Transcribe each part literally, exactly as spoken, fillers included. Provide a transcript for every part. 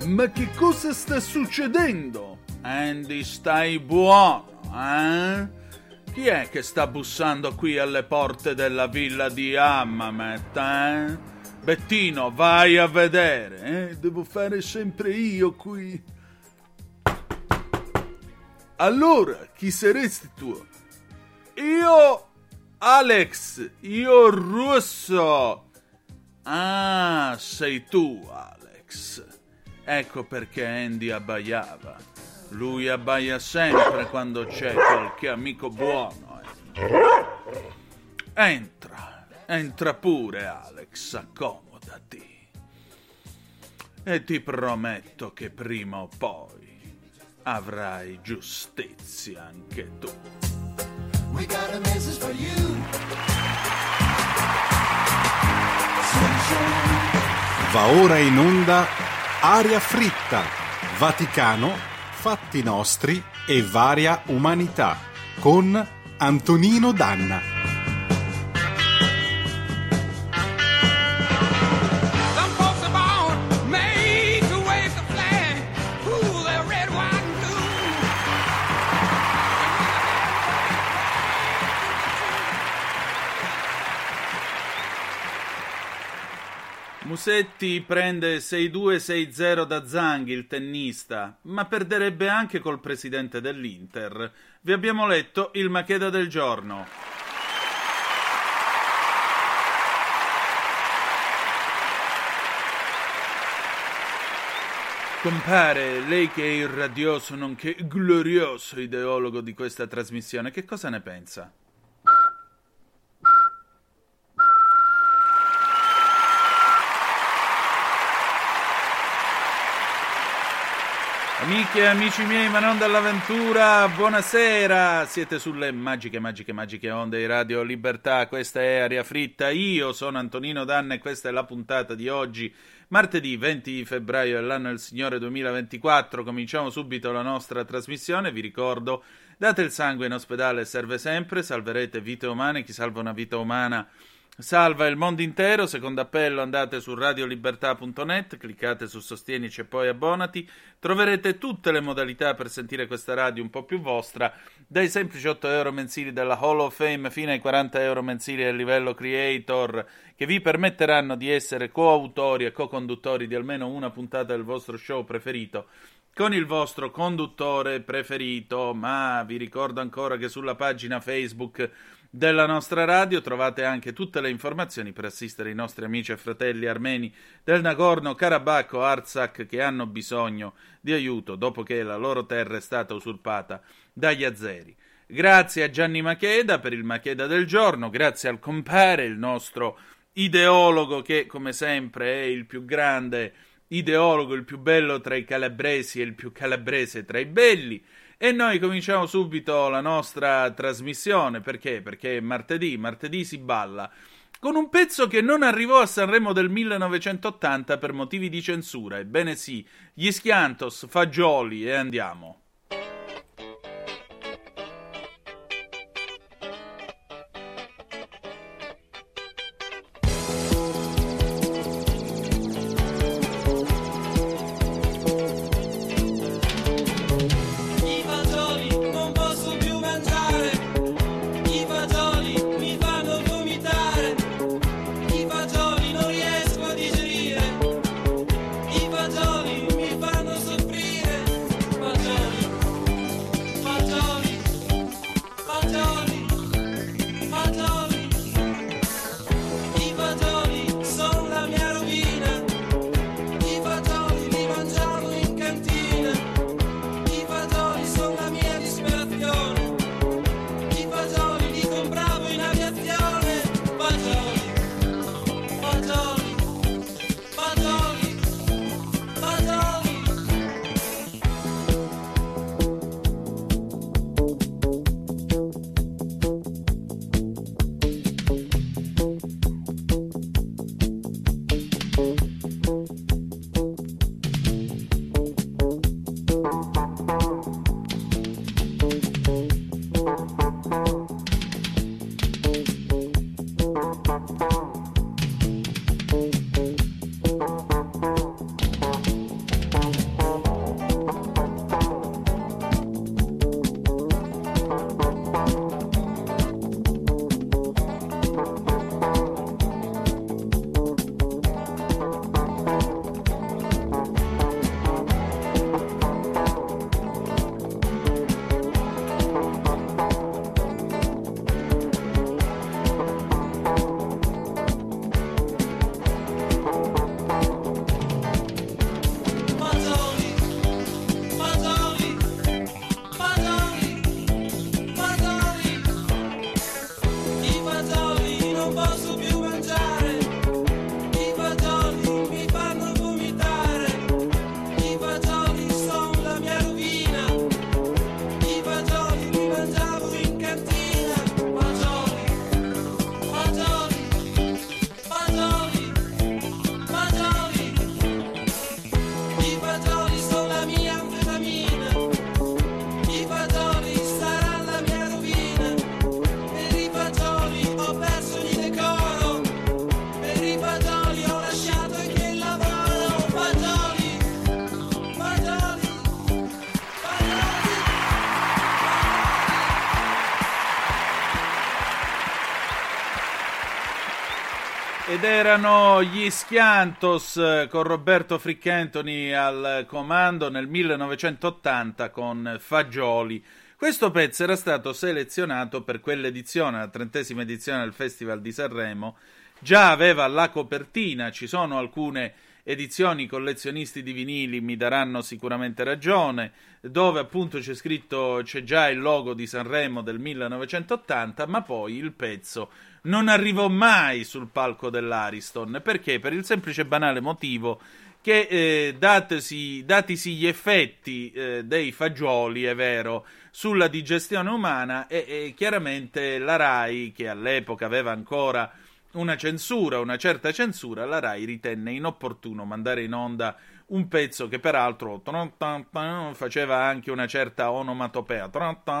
Ma che cosa sta succedendo? Andy, stai buono, eh? Chi è che sta bussando qui alle porte della villa di Hammamet, eh? Bettino, vai a vedere, eh? Devo fare sempre io qui. Allora, chi saresti tu? Io, Alex, io Russo. Ah, sei tu, Alex. Ecco perché Andy abbaiava. Lui abbaia sempre quando c'è qualche amico buono. Entra, entra pure, Alex, accomodati. E ti prometto che prima o poi avrai giustizia anche tu. We got a message for you. Va ora in onda Aria fritta, Vaticano, fatti nostri e varia umanità con Antonino Danna. Musetti prende sei due sei zero da Zanghi, il tennista, ma perderebbe anche col presidente dell'Inter. Vi abbiamo letto il Macheda del giorno. Compare, lei che è il radioso nonché glorioso ideologo di questa trasmissione, che cosa ne pensa? Amiche e amici miei, ma non dall'avventura, buonasera! Siete sulle magiche, magiche, magiche onde di Radio Libertà, questa è Aria Fritta, io sono Antonino Danna e questa è la puntata di oggi, martedì venti febbraio dell'anno del Signore duemilaventiquattro. Cominciamo subito la nostra trasmissione, vi ricordo, date il sangue in ospedale, serve sempre, salverete vite umane, chi salva una vita umana salva il mondo intero. Secondo appello, andate su radiolibertà punto net, cliccate su Sostienici e poi abbonati, troverete tutte le modalità per sentire questa radio un po' più vostra, dai semplici otto euro mensili della Hall of Fame fino ai quaranta euro mensili del livello Creator, che vi permetteranno di essere coautori e co-conduttori di almeno una puntata del vostro show preferito con il vostro conduttore preferito. Ma vi ricordo ancora che sulla pagina Facebook della nostra radio trovate anche tutte le informazioni per assistere i nostri amici e fratelli armeni del Nagorno-Karabakh o Artsakh che hanno bisogno di aiuto dopo che la loro terra è stata usurpata dagli azeri. Grazie a Gianni Macheda per il Macheda del giorno, grazie al compare, il nostro ideologo che come sempre è il più grande ideologo, il più bello tra i calabresi e il più calabrese tra i belli. E noi cominciamo subito la nostra trasmissione, perché? Perché martedì, martedì si balla, con un pezzo che non arrivò a Sanremo del millenovecentottanta per motivi di censura, ebbene sì, gli Schiantos, Fagioli e andiamo. I fagioli mi fanno soffrire, fagioli Ed erano gli Schiantos con Roberto Fricchentoni al comando nel millenovecentottanta con Fagioli. Questo pezzo era stato selezionato per quell'edizione, la trentesima edizione del Festival di Sanremo. Già aveva la copertina, ci sono alcune edizioni, collezionisti di vinili mi daranno sicuramente ragione, dove appunto c'è scritto, c'è già il logo di Sanremo del millenovecentottanta, ma poi il pezzo non arrivò mai sul palco dell'Ariston. Perché? Per il semplice e banale motivo che eh, datisi, datisi gli effetti eh, dei fagioli, è vero, sulla digestione umana, e, e chiaramente la RAI, che all'epoca aveva ancora una censura, una certa censura, la RAI ritenne inopportuno mandare in onda un pezzo che peraltro faceva anche una certa onomatopea,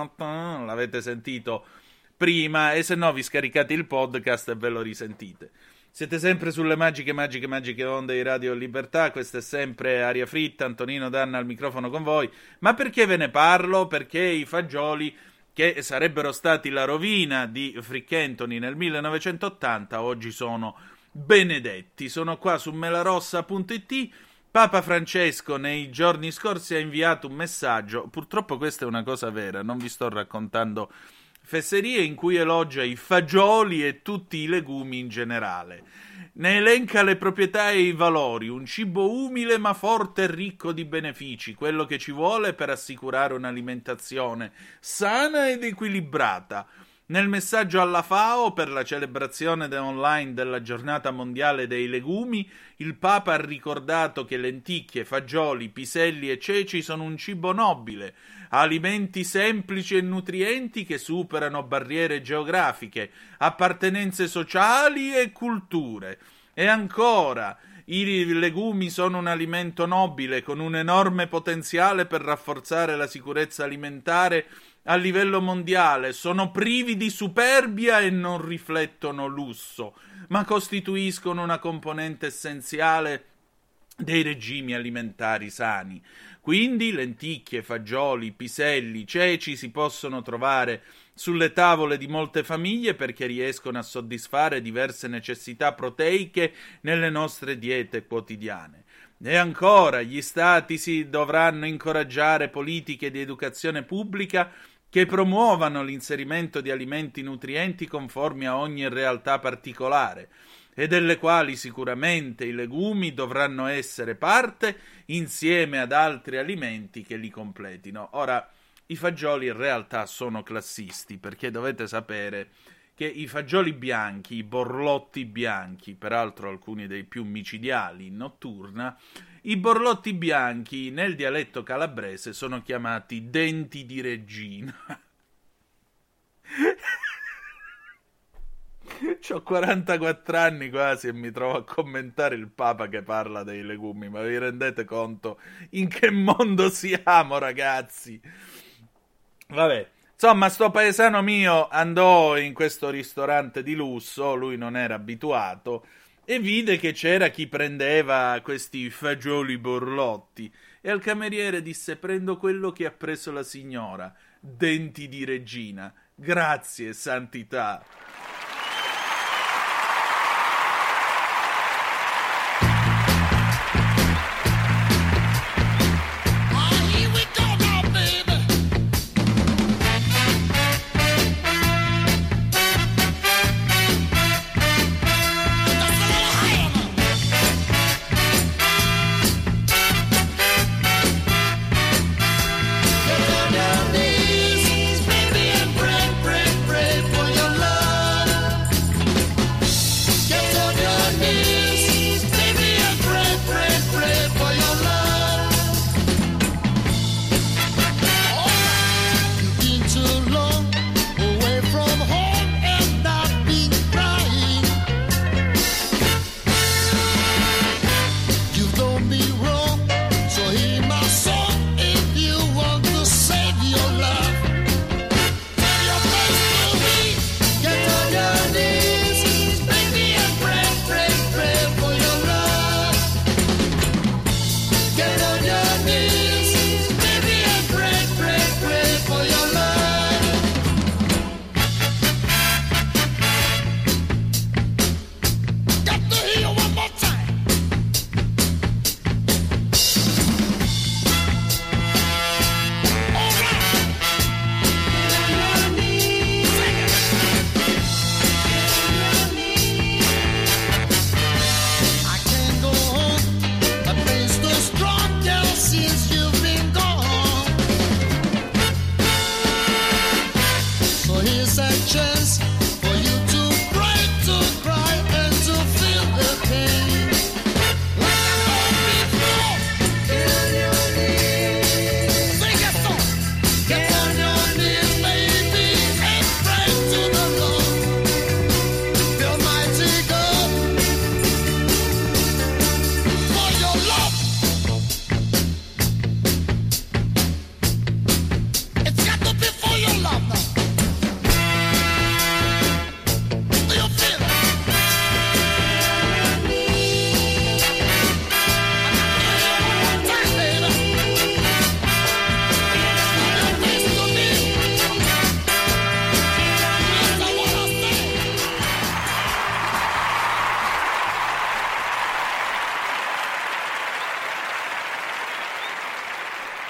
l'avete sentito prima, e se no vi scaricate il podcast e ve lo risentite. Siete sempre sulle magiche, magiche, magiche onde di Radio Libertà, questa è sempre Aria Fritta, Antonino Danna al microfono con voi. Ma perché ve ne parlo? Perché i fagioli, che sarebbero stati la rovina di Fricchentoni nel millenovecentottanta, oggi sono benedetti. Sono qua su melarossa punto it. Papa Francesco nei giorni scorsi ha inviato un messaggio, purtroppo questa è una cosa vera, non vi sto raccontando fesserie, in cui elogia i fagioli e tutti i legumi in generale. Ne elenca le proprietà e i valori, un cibo umile ma forte e ricco di benefici, quello che ci vuole per assicurare un'alimentazione sana ed equilibrata. Nel messaggio alla FAO per la celebrazione online della giornata mondiale dei legumi, il Papa ha ricordato che lenticchie, fagioli, piselli e ceci sono un cibo nobile, alimenti semplici e nutrienti che superano barriere geografiche, appartenenze sociali e culture. E ancora, i legumi sono un alimento nobile con un enorme potenziale per rafforzare la sicurezza alimentare a livello mondiale, sono privi di superbia e non riflettono lusso, ma costituiscono una componente essenziale dei regimi alimentari sani. Quindi lenticchie, fagioli, piselli, ceci si possono trovare sulle tavole di molte famiglie perché riescono a soddisfare diverse necessità proteiche nelle nostre diete quotidiane. E ancora, gli stati si dovranno incoraggiare politiche di educazione pubblica che promuovano l'inserimento di alimenti nutrienti conformi a ogni realtà particolare, e delle quali sicuramente i legumi dovranno essere parte insieme ad altri alimenti che li completino. Ora, i fagioli in realtà sono classisti, perché dovete sapere che i fagioli bianchi, i borlotti bianchi, peraltro alcuni dei più micidiali in notturna, i borlotti bianchi nel dialetto calabrese sono chiamati denti di regina. C'ho quarantaquattro anni quasi e mi trovo a commentare il Papa che parla dei legumi, ma vi rendete conto in che mondo siamo, ragazzi? Vabbè, insomma, sto paesano mio andò in questo ristorante di lusso, lui non era abituato, e vide che c'era chi prendeva questi fagioli borlotti, e al cameriere disse: prendo quello che ha preso la signora, denti di regina, grazie santità. Down these, baby, and pray, pray, pray for your love.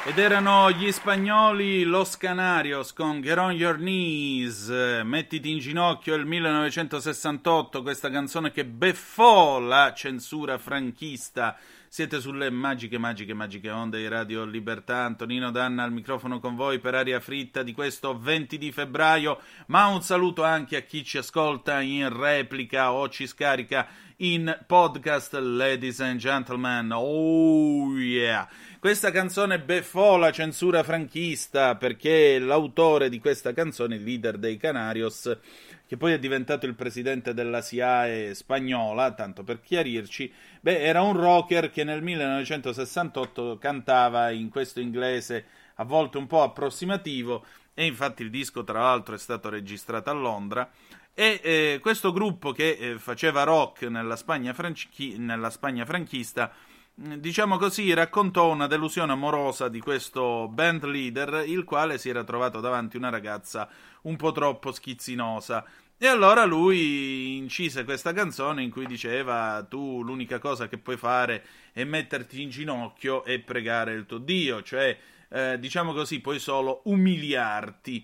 Ed erano gli spagnoli Los Canarios con Get on Your Knees, Mettiti in ginocchio, il millenovecentosessantotto, questa canzone che beffò la censura franchista. Siete sulle magiche, magiche, magiche onde di Radio Libertà. Antonino Danna al microfono con voi per Aria Fritta di questo venti di febbraio, ma un saluto anche a chi ci ascolta in replica o ci scarica in podcast, ladies and gentlemen. Oh yeah! Questa canzone beffò la censura franchista perché l'autore di questa canzone, il leader dei Canarios, che poi è diventato il presidente della S I A E spagnola, tanto per chiarirci, beh, era un rocker che nel millenovecentosessantotto cantava in questo inglese a volte un po' approssimativo, e infatti il disco tra l'altro è stato registrato a Londra. E eh, questo gruppo che eh, faceva rock nella Spagna, franchi- nella Spagna franchista, diciamo così, raccontò una delusione amorosa di questo band leader, il quale si era trovato davanti una ragazza un po' troppo schizzinosa. E allora lui incise questa canzone in cui diceva: tu l'unica cosa che puoi fare è metterti in ginocchio e pregare il tuo Dio, cioè eh, diciamo così, puoi solo umiliarti.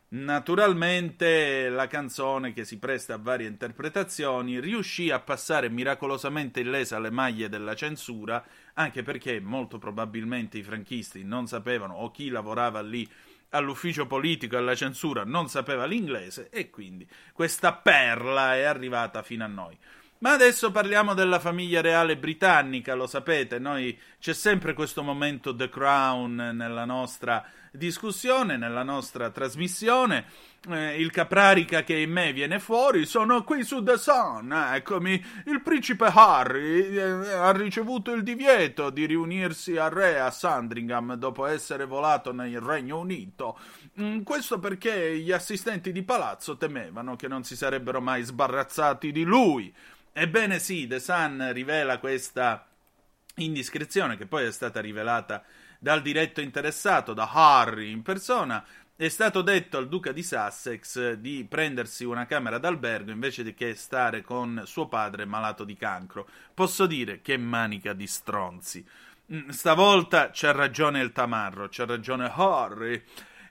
Naturalmente la canzone, che si presta a varie interpretazioni, riuscì a passare miracolosamente illesa alle maglie della censura, anche perché molto probabilmente i franchisti non sapevano, o chi lavorava lì all'ufficio politico e alla censura non sapeva l'inglese, e quindi questa perla è arrivata fino a noi. Ma adesso parliamo della famiglia reale britannica, lo sapete, noi c'è sempre questo momento The Crown nella nostra discussione, nella nostra trasmissione. Eh, il Caprarica che in me viene fuori: sono qui su The Sun, eccomi, il principe Harry eh, ha ricevuto il divieto di riunirsi al re a Sandringham dopo essere volato nel Regno Unito. Mm, questo perché gli assistenti di palazzo temevano che non si sarebbero mai sbarazzati di lui. Ebbene sì, The Sun rivela questa indiscrezione, che poi è stata rivelata dal diretto interessato, da Harry in persona. È stato detto al duca di Sussex di prendersi una camera d'albergo invece di che stare con suo padre malato di cancro. Posso dire che manica di stronzi. Stavolta c'ha ragione il tamarro, c'ha ragione Harry.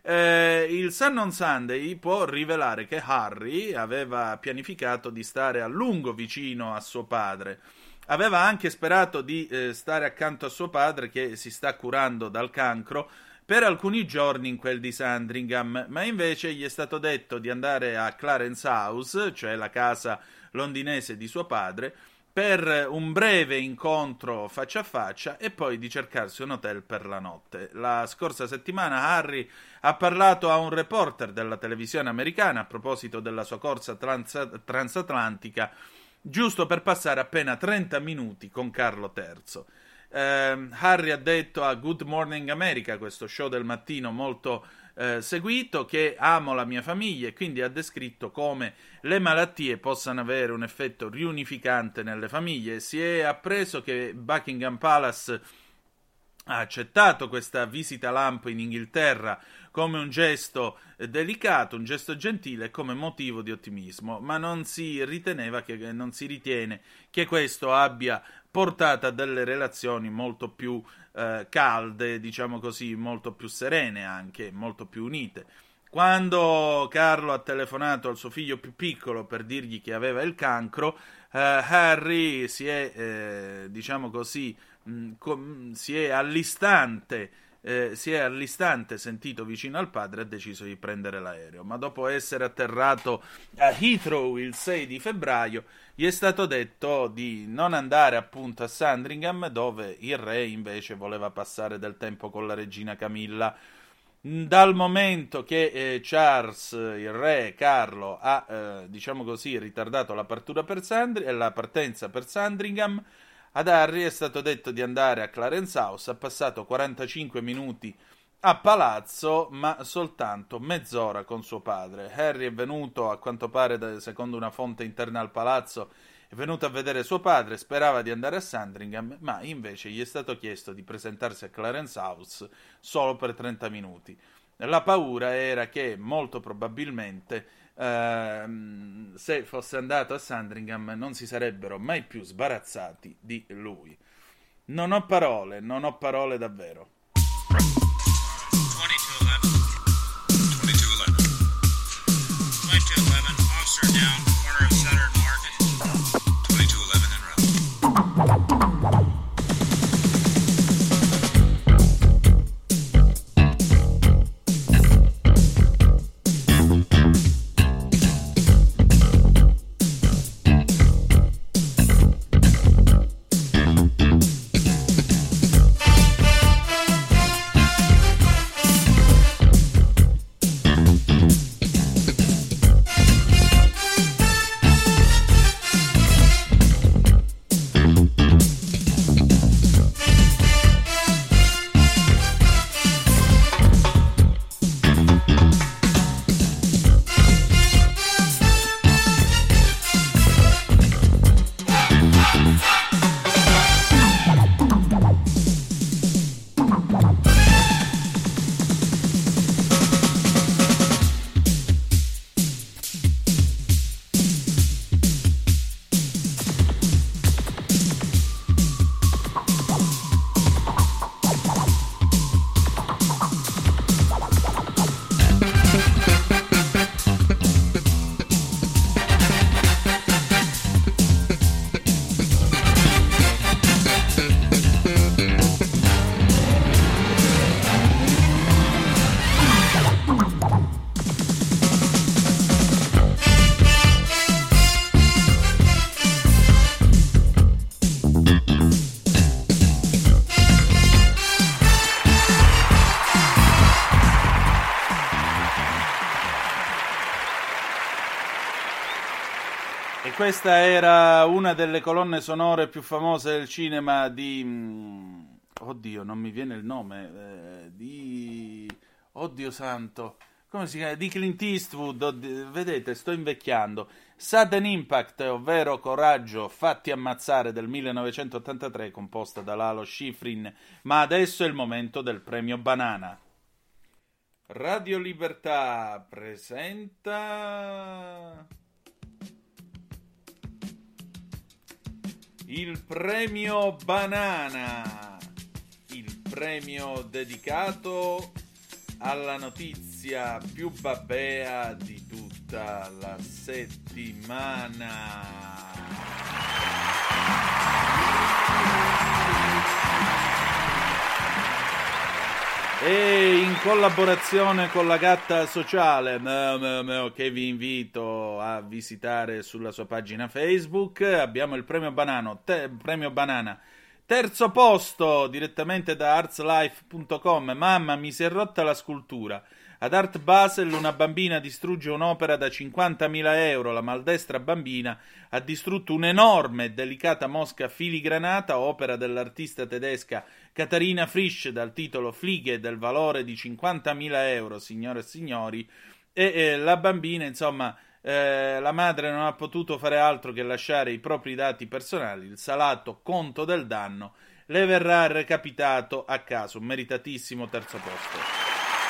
Eh, il Sun on Sunday può rivelare che Harry aveva pianificato di stare a lungo vicino a suo padre. Aveva anche sperato di eh, stare accanto a suo padre, che si sta curando dal cancro, per alcuni giorni in quel di Sandringham, ma invece gli è stato detto di andare a Clarence House, cioè la casa londinese di suo padre, per un breve incontro faccia a faccia e poi di cercarsi un hotel per la notte. La scorsa settimana Harry ha parlato a un reporter della televisione americana a proposito della sua corsa trans- transatlantica, giusto per passare appena trenta minuti con Carlo terzo. Eh, Harry ha detto a Good Morning America, questo show del mattino molto eh, seguito, che amo la mia famiglia, e quindi ha descritto come le malattie possano avere un effetto riunificante nelle famiglie. Si è appreso che Buckingham Palace ha accettato questa visita lampo in Inghilterra come un gesto delicato, un gesto gentile, come motivo di ottimismo, ma non si riteneva che non si ritiene che questo abbia portato a delle relazioni molto più eh, calde, diciamo così, molto più serene, anche molto più unite. Quando Carlo ha telefonato al suo figlio più piccolo per dirgli che aveva il cancro, eh, Harry si è, eh, diciamo così, mh, com- si è all'istante Eh, si è all'istante sentito vicino al padre e ha deciso di prendere l'aereo, ma dopo essere atterrato a Heathrow il sei di febbraio gli è stato detto di non andare appunto a Sandringham, dove il re invece voleva passare del tempo con la regina Camilla. Dal momento che eh, Charles, il re Carlo, ha eh, diciamo così ritardato la, partura per Sandri- la partenza per Sandringham, ad Harry è stato detto di andare a Clarence House. Ha passato quarantacinque minuti a palazzo, ma soltanto mezz'ora con suo padre. Harry è venuto, a quanto pare, secondo una fonte interna al palazzo, è venuto a vedere suo padre, sperava di andare a Sandringham, ma invece gli è stato chiesto di presentarsi a Clarence House solo per trenta minuti. La paura era che, molto probabilmente, Uh, se fosse andato a Sandringham non si sarebbero mai più sbarazzati di lui. Non ho parole, non ho parole davvero. Questa era una delle colonne sonore più famose del cinema di... Oddio, non mi viene il nome. Eh, di... Oddio santo. Come si chiama? Di Clint Eastwood. Oddio, vedete, sto invecchiando. Sudden Impact, ovvero Coraggio, fatti ammazzare del millenovecentottantatré, composta da Lalo Schifrin. Ma adesso è il momento del premio Banana. Radio Libertà presenta... il premio Banana, il premio dedicato alla notizia più babbea di tutta la settimana. E in collaborazione con la Gatta Sociale, che vi invito a visitare sulla sua pagina Facebook, abbiamo il premio Banano, te, premio Banana. Terzo posto, direttamente da artslife punto com. Mamma, mi si è rotta la scultura. Ad Art Basel una bambina distrugge un'opera da cinquantamila euro. La maldestra bambina ha distrutto un'enorme e delicata mosca filigranata, opera dell'artista tedesca Katharina Frisch, dal titolo Flighe, del valore di cinquantamila euro, signore e signori. E eh, la bambina, insomma, eh, la madre non ha potuto fare altro che lasciare i propri dati personali. Il salato conto del danno le verrà recapitato a caso. Un meritatissimo terzo posto.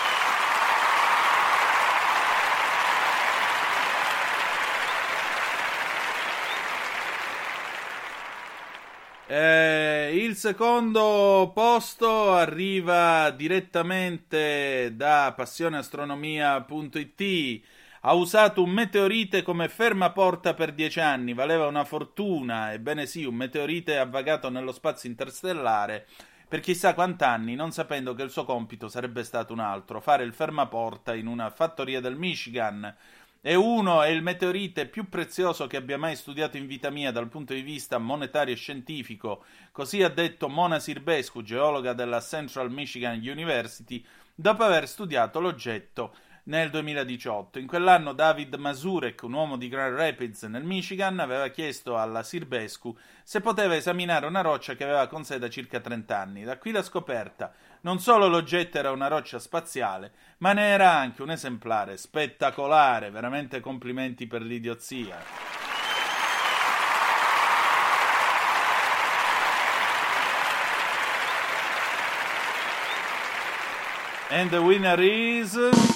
Eh, il secondo posto arriva direttamente da passioneastronomia punto it. Ha usato un meteorite come fermaporta per dieci anni, valeva una fortuna. Ebbene sì, un meteorite ha vagato nello spazio interstellare per chissà quant'anni, non sapendo che il suo compito sarebbe stato un altro: fare il fermaporta in una fattoria del Michigan. E uno è il meteorite più prezioso che abbia mai studiato in vita mia dal punto di vista monetario e scientifico, così ha detto Mona Sirbescu, geologa della Central Michigan University, dopo aver studiato l'oggetto nel duemiladiciotto. In quell'anno David Mazurek, un uomo di Grand Rapids nel Michigan, aveva chiesto alla Sirbescu se poteva esaminare una roccia che aveva con sé da circa trenta anni. Da qui la scoperta: non solo l'oggetto era una roccia spaziale, ma ne era anche un esemplare spettacolare. Veramente complimenti per l'idiozia. And the winner is...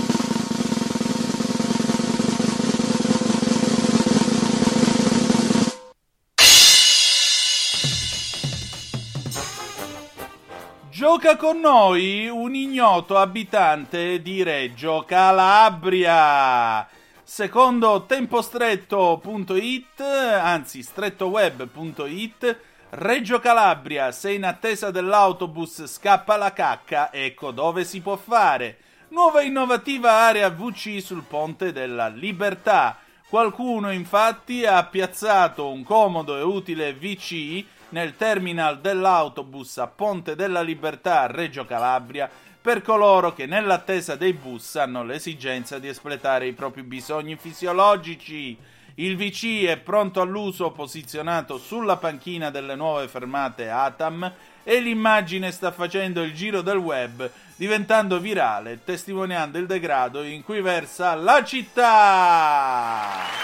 Gioca con noi un ignoto abitante di Reggio Calabria. Secondo tempostretto punto it, anzi strettoweb punto it, Reggio Calabria, sei in attesa dell'autobus, scappa la cacca, ecco dove si può fare. Nuova innovativa area V C sul Ponte della Libertà. Qualcuno infatti ha piazzato un comodo e utile V C nel terminal dell'autobus a Ponte della Libertà a Reggio Calabria per coloro che nell'attesa dei bus hanno l'esigenza di espletare i propri bisogni fisiologici. Il V C è pronto all'uso, posizionato sulla panchina delle nuove fermate A T A M, e l'immagine sta facendo il giro del web, diventando virale, testimoniando il degrado in cui versa la città.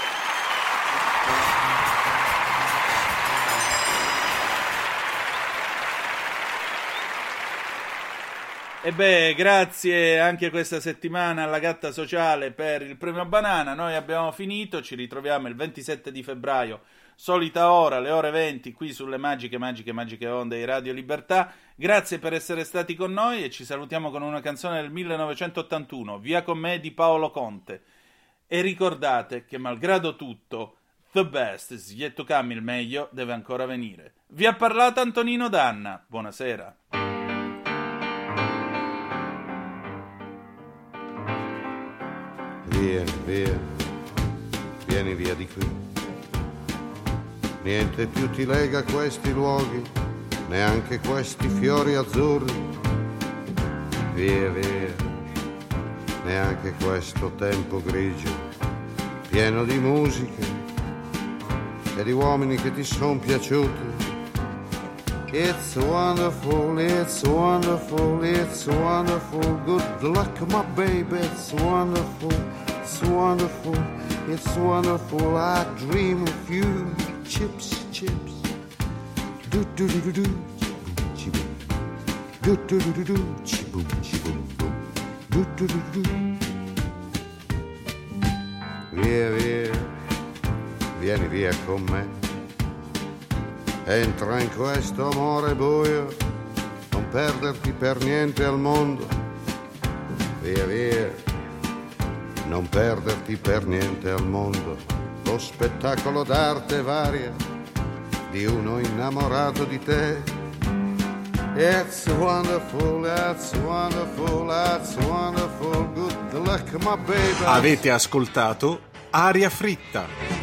E beh, grazie anche questa settimana alla Gatta Sociale per il premio Banana. Noi abbiamo finito, ci ritroviamo il ventisette di febbraio, solita ora, le ore venti, qui sulle magiche, magiche, magiche onde di Radio Libertà. Grazie per essere stati con noi e ci salutiamo con una canzone del millenovecentottantuno, Via con me di Paolo Conte. E ricordate che malgrado tutto, the best is yet to come, il meglio deve ancora venire. Vi ha parlato Antonino Danna, buonasera. Via, via, vieni via di qui. Niente più ti lega a questi luoghi, neanche questi fiori azzurri. Via, via, neanche questo tempo grigio, pieno di musiche e di uomini che ti son piaciuti. It's wonderful, it's wonderful, it's wonderful. Good luck, my baby, it's wonderful, it's wonderful, it's wonderful. I dream of you, chips, chips. Do do do do do, chiboom, do do do do do, chiboom, chiboom, boom, do do do do. Via, via, vieni via con me. Entra in questo amore buio, non perderti per niente al mondo. Via, via, non perderti per niente al mondo. Lo spettacolo d'arte varia di uno innamorato di te. It's wonderful, it's wonderful, it's wonderful. Good luck, my baby. Avete ascoltato Aria Fritta.